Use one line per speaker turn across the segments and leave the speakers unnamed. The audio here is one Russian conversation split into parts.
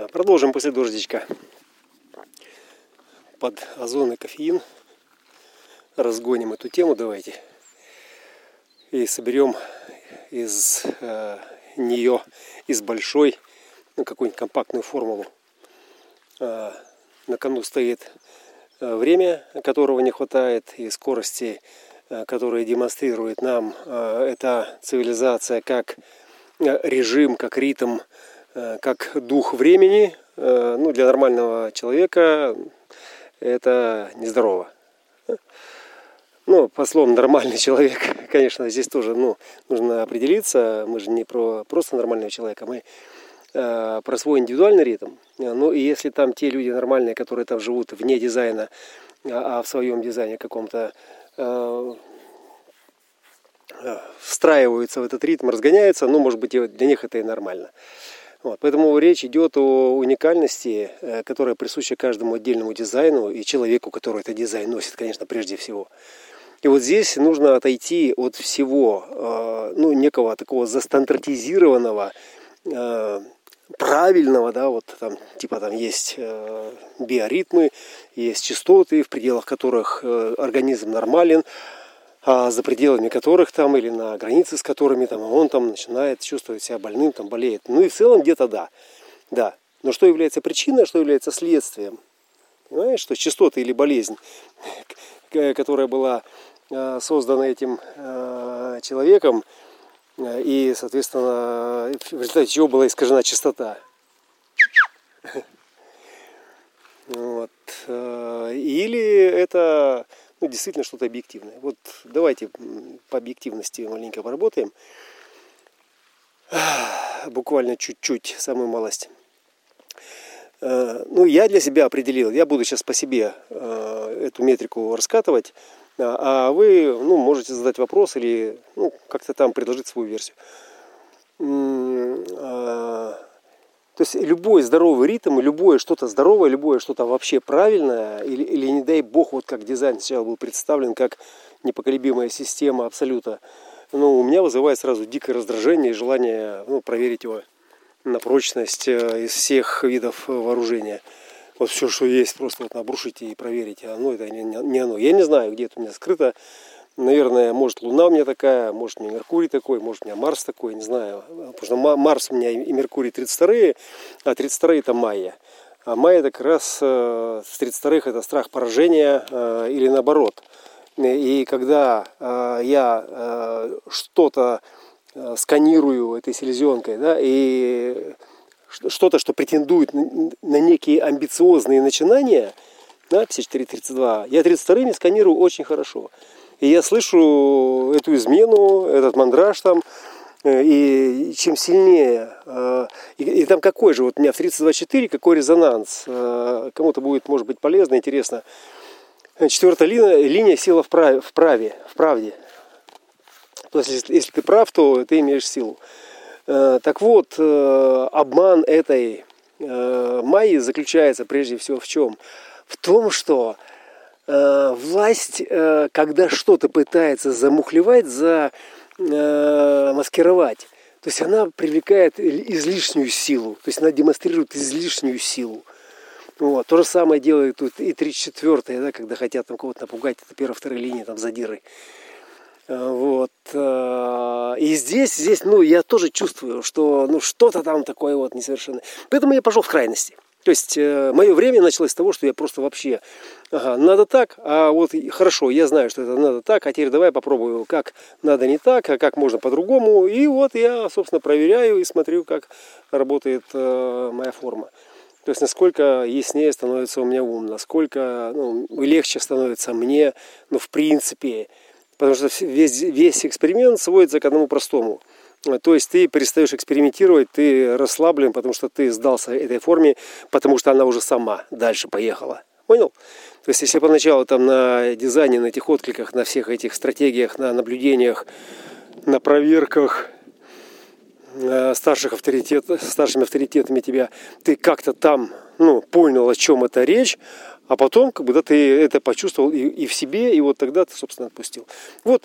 Продолжим после дождичка. Под озон и кофеин разгоним эту тему, давайте. И соберем из нее, из большой, какую-нибудь компактную формулу. На кону стоит время, которого не хватает, и скорости, которые демонстрирует нам эта цивилизация как режим, как ритм, как дух времени. Ну, для нормального человека это нездорово. Ну, по словам нормальный человек, конечно, здесь тоже нужно определиться. Мы же не про просто нормального человека, мы про свой индивидуальный ритм. Ну, и если там те люди нормальные, которые там живут вне дизайна, а в своем дизайне каком-то встраиваются в этот ритм, разгоняются, ну, может быть, для них это и нормально. Вот. Поэтому речь идет о уникальности, которая присуща каждому отдельному дизайну и человеку, который этот дизайн носит, конечно, прежде всего. И вот здесь нужно отойти от всего, некого такого застандартизированного, правильного, да, вот там, типа там есть биоритмы, есть частоты, в пределах которых организм нормален, а за пределами которых там или на границе с которыми там он там начинает чувствовать себя больным, там болеет. Ну и в целом где-то да. Но что является причиной, что является следствием? Понимаешь, что частоты или болезнь, которая была создана этим человеком, и, соответственно, в результате чего была искажена частота. Вот. Или это действительно что-то объективное. Вот давайте по объективности маленько поработаем. Буквально чуть-чуть, самую малость. Я для себя определил, я буду сейчас по себе эту метрику раскатывать, а вы можете задать вопрос или как-то там предложить свою версию. То есть любой здоровый ритм, любое что-то здоровое, любое что-то вообще правильное, или не дай бог, вот как дизайн сначала был представлен, как непоколебимая система абсолюта, у меня вызывает сразу дикое раздражение и желание проверить его на прочность из всех видов вооружения. Вот все, что есть, просто вот обрушите и проверите, оно это не оно. Я не знаю, где это у меня скрыто. Наверное, может, Луна у меня такая, может, у меня Меркурий такой, может, у меня Марс такой, не знаю. Потому что Марс у меня и Меркурий 32-е, а 32-е это Майя. А Майя это как раз с 32-х это страх поражения или наоборот. И когда я что-то сканирую этой селезенкой, да, и что-то, что претендует на некие амбициозные начинания, да, 54-32, я 32-ми сканирую очень хорошо. И я слышу эту измену, этот мандраж там, и чем сильнее, и там какой же, вот у меня в 32-4, какой резонанс, кому-то будет, может быть, полезно, интересно. 4-я линия сила в правде. То есть, если ты прав, то ты имеешь силу. Так вот, обман этой Майи заключается прежде всего в чем? В том, что власть, когда что-то пытается замухлевать, замаскировать, то есть она привлекает излишнюю силу, то есть она демонстрирует излишнюю силу. Вот. То же самое делает тут и 34-я, да, когда хотят там кого-то напугать, это 1-2 линии, там задиры. Вот. И здесь, я тоже чувствую, что что-то там такое вот несовершенное. Поэтому я пошел в крайности. То есть мое время началось с того, что я просто вообще, надо так, а вот хорошо, я знаю, что это надо так, а теперь давай попробую, как надо не так, а как можно по-другому. И вот я, собственно, проверяю и смотрю, как работает моя форма. То есть насколько яснее становится у меня ум, насколько легче становится мне, в принципе. Потому что весь эксперимент сводится к одному простому. То есть ты перестаешь экспериментировать, ты расслаблен, потому что ты сдался этой форме, потому что она уже сама дальше поехала. Понял? То есть если поначалу там на дизайне, на этих откликах, на всех этих стратегиях, на наблюдениях, на проверках старшими авторитетами тебя, ты как-то там понял, о чем это речь, а потом, когда ты это почувствовал и в себе, и вот тогда ты, собственно, отпустил. Вот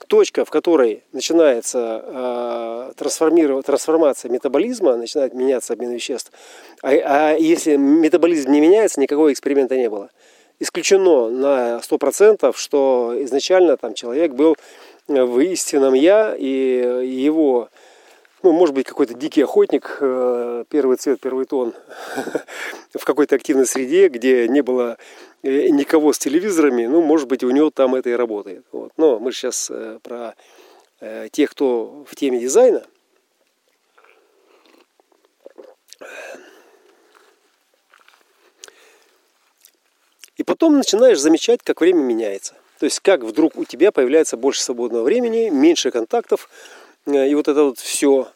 точка, в которой начинается трансформация метаболизма, начинает меняться обмен веществ. А если метаболизм не меняется, никакого эксперимента не было. Исключено на 100%, что изначально там человек был в истинном «я», и его, может быть, какой-то дикий охотник, первый цвет, первый тон, в какой-то активной среде, где не было никого с телевизорами, может быть, у него там это и работает. Вот. Но мы же сейчас про тех, кто в теме дизайна. И потом начинаешь замечать, как время меняется. То есть, как вдруг у тебя появляется больше свободного времени, меньше контактов, и вот это вот все.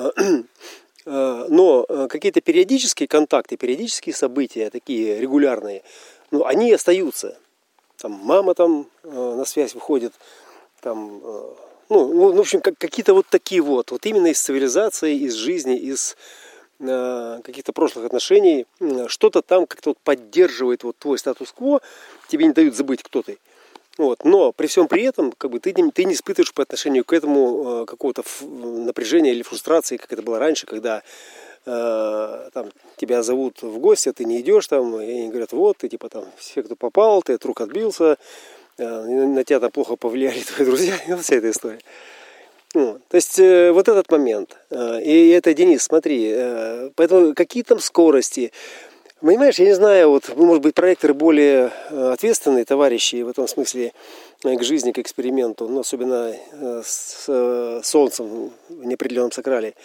Но какие-то периодические контакты, периодические события, такие регулярные, они остаются. Там мама там на связь выходит, там, в общем, какие-то вот такие вот именно из цивилизации, из жизни, из каких-то прошлых отношений, что-то там как-то вот поддерживает вот твой статус-кво, тебе не дают забыть, кто ты. Вот. Но при всем при этом ты не испытываешь по отношению к этому какого-то напряжения или фрустрации, как это было раньше, когда там, тебя зовут в гости, а ты не идешь там, и они говорят, вот, ты типа там все, кто попал, ты от рук отбился, на тебя там плохо повлияли твои друзья, и вот вся эта история. То есть вот этот момент. И это, Денис, смотри, поэтому какие там скорости. Понимаешь, я не знаю, может быть, проекторы более ответственные товарищи в этом смысле к жизни, к эксперименту, но особенно с Солнцем в неопределенном сакрале.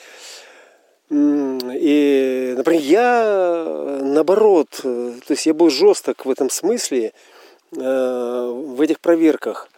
И, например, я наоборот, то есть я был жесток в этом смысле, в этих проверках.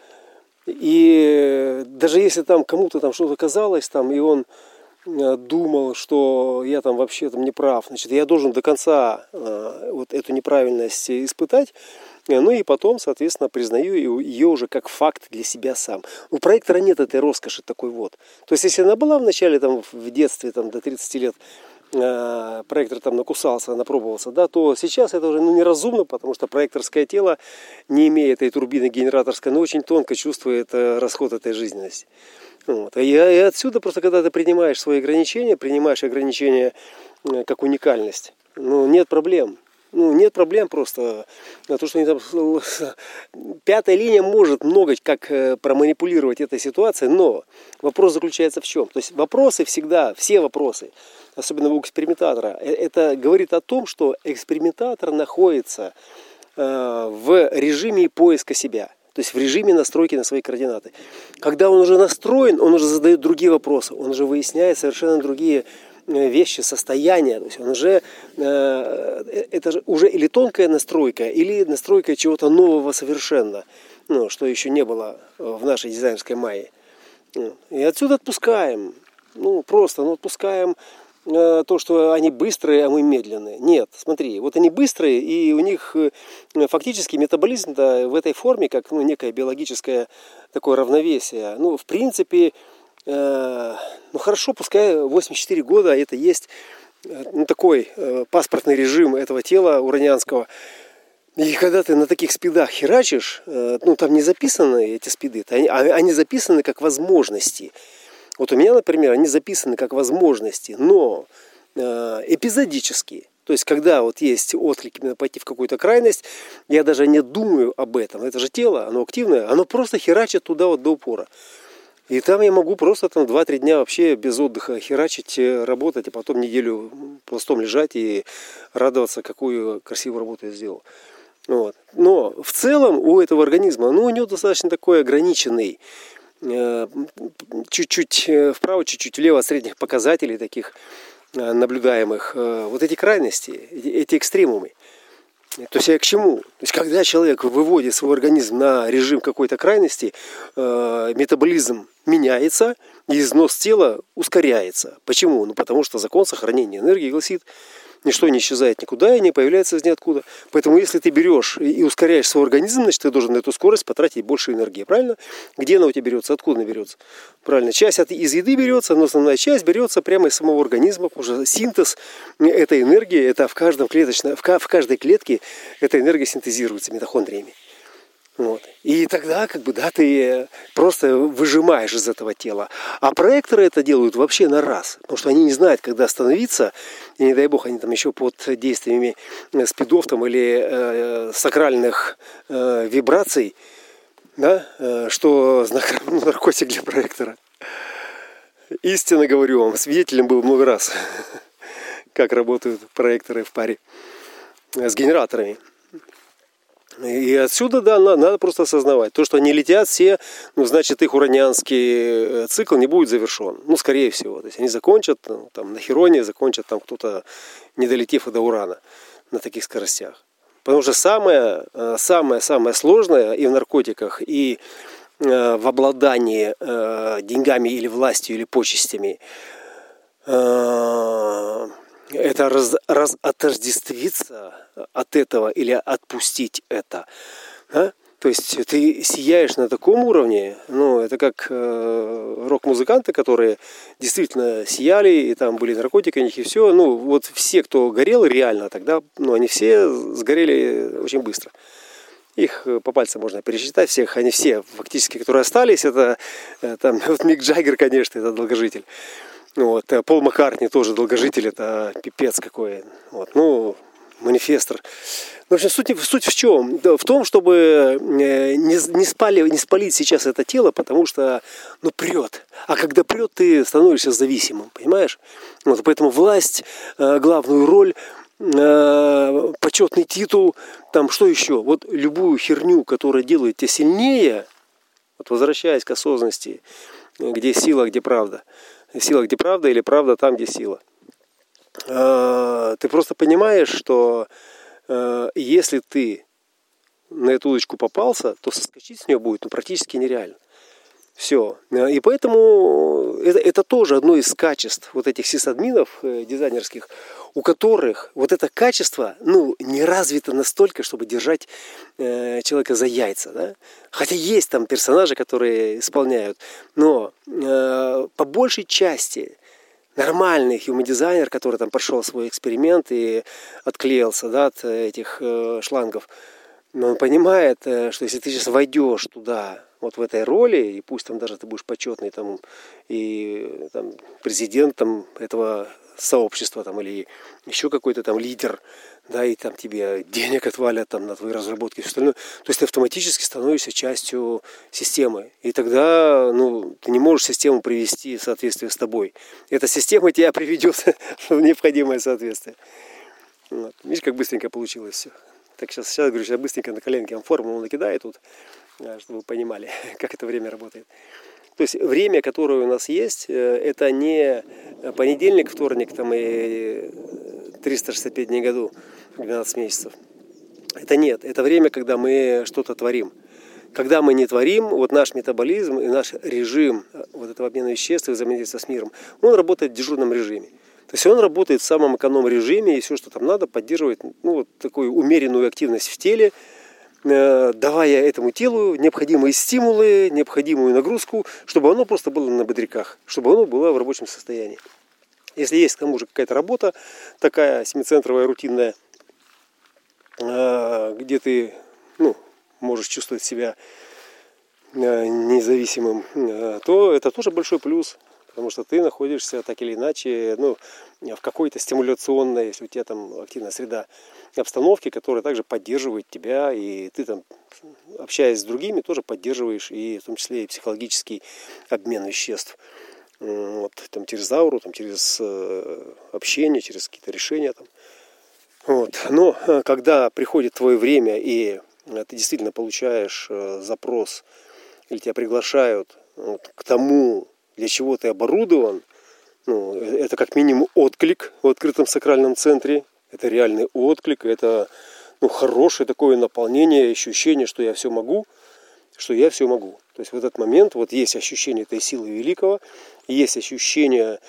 И даже если там кому-то там что-то казалось, там, и он думал, что я там вообще там не прав, значит, я должен до конца вот эту неправильность испытать, и потом, соответственно, признаю ее уже как факт для себя сам. У проектора нет этой роскоши такой вот. То есть, если она была в начале, там, в детстве, там, до 30 лет, проектор там накусался, напробовался, да, то сейчас это уже неразумно, потому что проекторское тело, не имея этой турбины генераторской, но очень тонко чувствует расход этой жизненности. Вот. И отсюда просто, когда ты принимаешь свои ограничения, принимаешь ограничения как уникальность, нет проблем. Нет проблем просто. То, что они там... Пятая линия может много как проманипулировать этой ситуацией, но вопрос заключается в чем? То есть вопросы всегда, все вопросы, особенно у экспериментатора, это говорит о том, что экспериментатор находится в режиме поиска себя. То есть в режиме настройки на свои координаты. Когда он уже настроен, он уже задает другие вопросы, он уже выясняет совершенно другие вещи, состояния. То есть он уже, это же уже или тонкая настройка, или настройка чего-то нового совершенно, что еще не было в нашей дизайнерской майе. И отсюда отпускаем. Просто отпускаем то, что они быстрые, а мы медленные. Нет, смотри, вот они быстрые, и у них фактически метаболизм в этой форме, как некое биологическое такое равновесие. В принципе, хорошо, пускай 84 года это есть такой паспортный режим этого тела уранианского. И когда ты на таких спидах херачишь, там не записаны эти спиды, они записаны как возможности. Вот у меня, например, они записаны как возможности, но эпизодические. То есть, когда вот есть отклик именно пойти в какую-то крайность, я даже не думаю об этом. Это же тело, оно активное, оно просто херачит туда вот до упора. И там я могу просто 2-3 дня вообще без отдыха херачить, работать, а потом неделю пластом лежать и радоваться, какую красивую работу я сделал. Вот. Но в целом у этого организма, у него достаточно такой ограниченный, чуть-чуть вправо, чуть-чуть влево от средних показателей таких наблюдаемых, вот эти крайности, эти экстремумы. То есть я к чему? То есть когда человек выводит свой организм на режим какой-то крайности, метаболизм меняется, и износ тела ускоряется. Почему? Потому что закон сохранения энергии гласит, ничто не исчезает никуда и не появляется из ниоткуда. Поэтому если ты берешь и ускоряешь свой организм, значит ты должен на эту скорость потратить больше энергии. Правильно? Где она у тебя берется? Откуда она берется? Правильно. Часть из еды берется, но основная часть берется прямо из самого организма, потому что синтез этой энергии, это в каждой клетке эта энергия синтезируется митохондриями. Вот. И тогда, да, ты просто выжимаешь из этого тела. А проекторы это делают вообще на раз. Потому что они не знают, когда остановиться. И не дай бог, они там еще под действиями спидов там, или сакральных вибраций, да, что наркотик для проектора. Истинно говорю вам, свидетелем был много раз, как работают проекторы в паре с генераторами. И отсюда, да, надо просто осознавать. То, что они летят все, значит, их уранианский цикл не будет завершен. Скорее всего. То есть они закончат там, на Хероне, закончат там кто-то, не долетев до Урана на таких скоростях. Потому что самое сложное и в наркотиках, и в обладании деньгами или властью, или почестями, это отождествиться от этого или отпустить это. Да? То есть ты сияешь на таком уровне, это как рок-музыканты, которые действительно сияли, и там были наркотики у них, и все. Вот все, кто горел реально тогда, они все сгорели очень быстро. Их по пальцам можно пересчитать всех, они все фактически, которые остались, это там, вот Мик Джаггер, конечно, это долгожитель. Пол Маккартни тоже долгожитель, это пипец какой. Манифестор. В общем, суть в чем? В том, чтобы не спалить сейчас это тело, потому что прет. А когда прет, ты становишься зависимым, понимаешь? Поэтому власть, главную роль, почетный титул, там что еще? Любую херню, которая делает тебя сильнее, возвращаясь к осознанности, где сила, где правда. Сила, где правда, или правда там, где сила. Ты просто понимаешь, что если ты на эту удочку попался, то соскочить с нее будет практически нереально. Все. И поэтому это тоже одно из качеств этих сисадминов дизайнерских, у которых это качество не развито настолько, чтобы держать человека за яйца. Да? Хотя есть там персонажи, которые исполняют. Но по большей части нормальный human-дизайнер, который там прошел свой эксперимент и отклеился от этих шлангов, но он понимает, что если ты сейчас войдешь туда, в этой роли, и пусть там даже ты будешь почетный там, и там, президентом этого сообщества там, или еще какой-то там лидер, да, и там тебе денег отвалят там, на твои разработки и все остальное, то есть ты автоматически становишься частью системы. И тогда ты не можешь систему привести в соответствие с тобой. Эта система тебя приведет в необходимое соответствие. Видишь, как быстренько получилось все. Так сейчас говорю, сейчас быстренько на коленке вам формулу накидаю тут, чтобы вы понимали, как это время работает. То есть время, которое у нас есть, это не понедельник, вторник там, и 365 дней в году, 12 месяцев. Это нет. Это время, когда мы что-то творим. Когда мы не творим, наш метаболизм и наш режим этого обмена веществ и взаимодействия с миром, он работает в дежурном режиме. То есть он работает в самом эконом-режиме, и все, что там надо, поддерживает такую умеренную активность в теле, давая этому телу необходимые стимулы, необходимую нагрузку, чтобы оно просто было на бодряках, чтобы оно было в рабочем состоянии. Если есть к тому же какая-то работа, такая семицентровая, рутинная, где ты можешь чувствовать себя независимым, то это тоже большой плюс. Потому что ты находишься так или иначе в какой-то стимуляционной, если у тебя там активная среда обстановки, которая также поддерживает тебя, и ты там, общаясь с другими, тоже поддерживаешь, и в том числе и психологический обмен веществ. Там, через ауру, там, через общение, через какие-то решения. Там. Но когда приходит твое время, и ты действительно получаешь запрос, или тебя приглашают к тому, для чего ты оборудован, это как минимум отклик в открытом сакральном центре, это реальный отклик, это хорошее такое наполнение, ощущение, что я все могу, То есть в этот момент есть ощущение этой силы великого, есть ощущение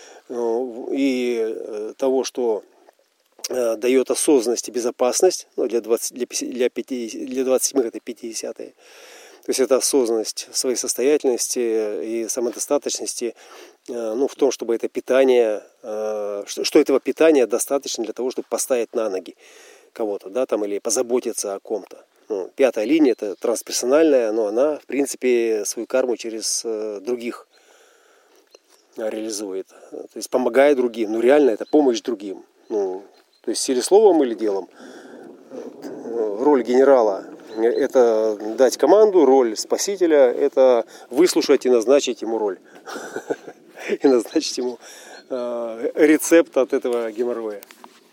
и того, что дает осознанность и безопасность, для 27 это 50-е. То есть это осознанность своей состоятельности и самодостаточности, в том, чтобы это питание, что этого питания достаточно для того, чтобы поставить на ноги кого-то, да, там, или позаботиться о ком-то. Ну, 5-я линия это трансперсональная, но она, в принципе, свою карму через других реализует. То есть помогает другим. Ну, реально это помощь другим. Ну, то есть силе словом или делом. Роль генерала – это дать команду, роль спасителя – это выслушать и назначить ему роль. И назначить ему рецепт от этого геморроя.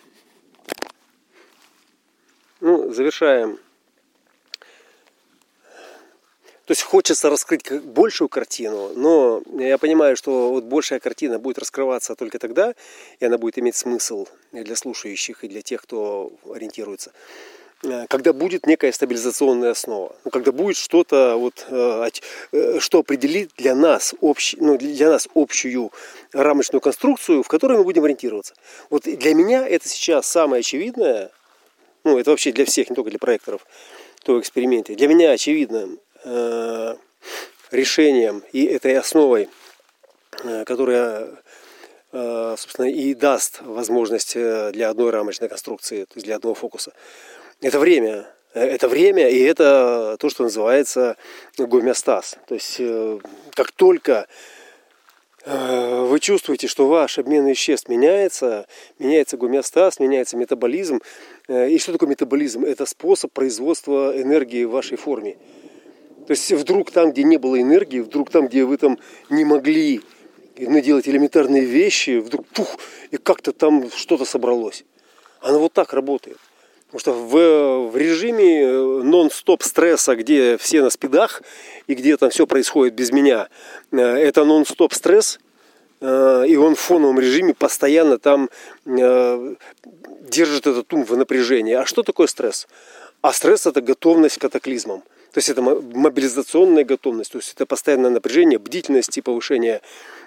Ну, завершаем. То есть хочется раскрыть большую картину, но я понимаю, что вот большая картина будет раскрываться только тогда, и она будет иметь смысл для слушающих и для тех, кто ориентируется, когда будет некая стабилизационная основа, когда будет что-то, вот, что определит для нас, для нас общую рамочную конструкцию, в которой мы будем ориентироваться. Вот для меня это сейчас самое очевидное, ну это вообще для всех, не только для проекторов, кто в эксперименте, для меня очевидно, решением и этой основой, которая, собственно, и даст возможность для одной рамочной конструкции, то есть для одного фокуса. Это время. Это время, и это то, что называется гомеостаз. То есть, как только вы чувствуете, что ваш обмен веществ меняется гомеостаз, меняется метаболизм. И что такое метаболизм? Это способ производства энергии в вашей форме. То есть вдруг там, где не было энергии, вдруг там, где вы там не могли делать элементарные вещи, вдруг и как-то там что-то собралось. Оно вот так работает. Потому что в режиме нон-стоп стресса, где все на спидах и где там все происходит без меня, это нон-стоп стресс, и он в фоновом режиме постоянно там держит этот ум в напряжении. А что такое стресс? А стресс – это готовность к катаклизмам. То есть это мобилизационная готовность, то есть это постоянное напряжение, бдительность и повышение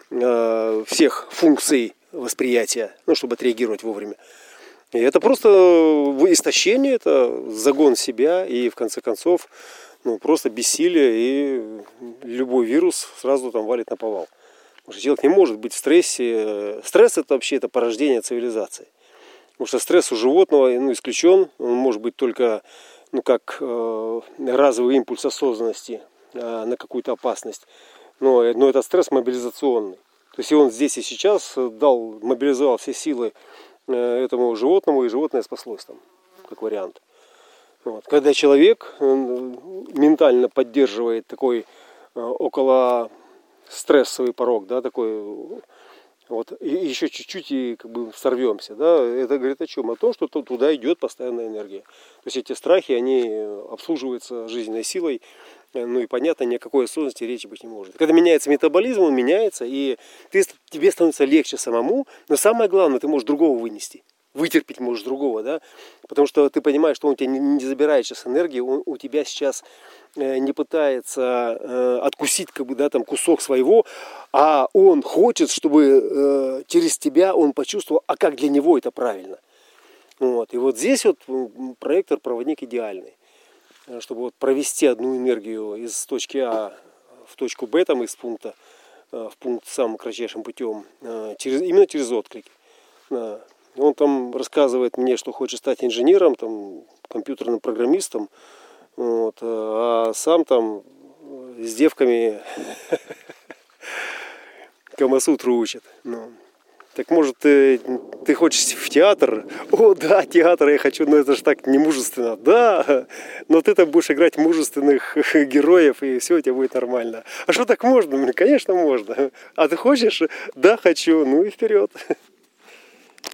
всех функций восприятия, чтобы отреагировать вовремя. И это просто истощение, это загон себя и в конце концов просто бессилие, и любой вирус сразу там валит на повал. Потому что человек не может быть в стрессе. Стресс это вообще порождение цивилизации. Потому что стресс у животного исключен, он может быть только как разовый импульс осознанности на какую-то опасность. Но это стресс мобилизационный. То есть и он здесь и сейчас мобилизовал все силы этому животному, и животное спаслось там, как вариант. Вот. Когда человек ментально поддерживает такой около стрессовый порог, да, такой вот, и еще чуть-чуть и сорвемся, да, это говорит о чем? О том, что туда идет постоянная энергия. То есть эти страхи, они обслуживаются жизненной силой, и понятно, ни о какой осознанности речи быть не может. Когда меняется метаболизм, он меняется, и тебе становится легче самому, но самое главное, ты можешь другого вынести. Вытерпеть можешь другого, да, потому что ты понимаешь, что он тебя не забирает сейчас энергии, он у тебя сейчас не пытается откусить кусок своего, а он хочет, чтобы через тебя он почувствовал, а как для него это правильно. Вот. И вот здесь проектор-проводник идеальный, чтобы провести одну энергию из точки А в точку Б, из пункта в пункт самым кратчайшим путем, именно через отклики. Он там рассказывает мне, что хочет стать инженером, компьютерным программистом, а сам там с девками Камасутру учит. Так может ты хочешь в театр? О, да, театр я хочу, но это же так не мужественно. Да, но ты там будешь играть мужественных героев, и все у тебя будет нормально. А что так можно? Конечно, можно. А ты хочешь? Да, хочу. Ну и вперед.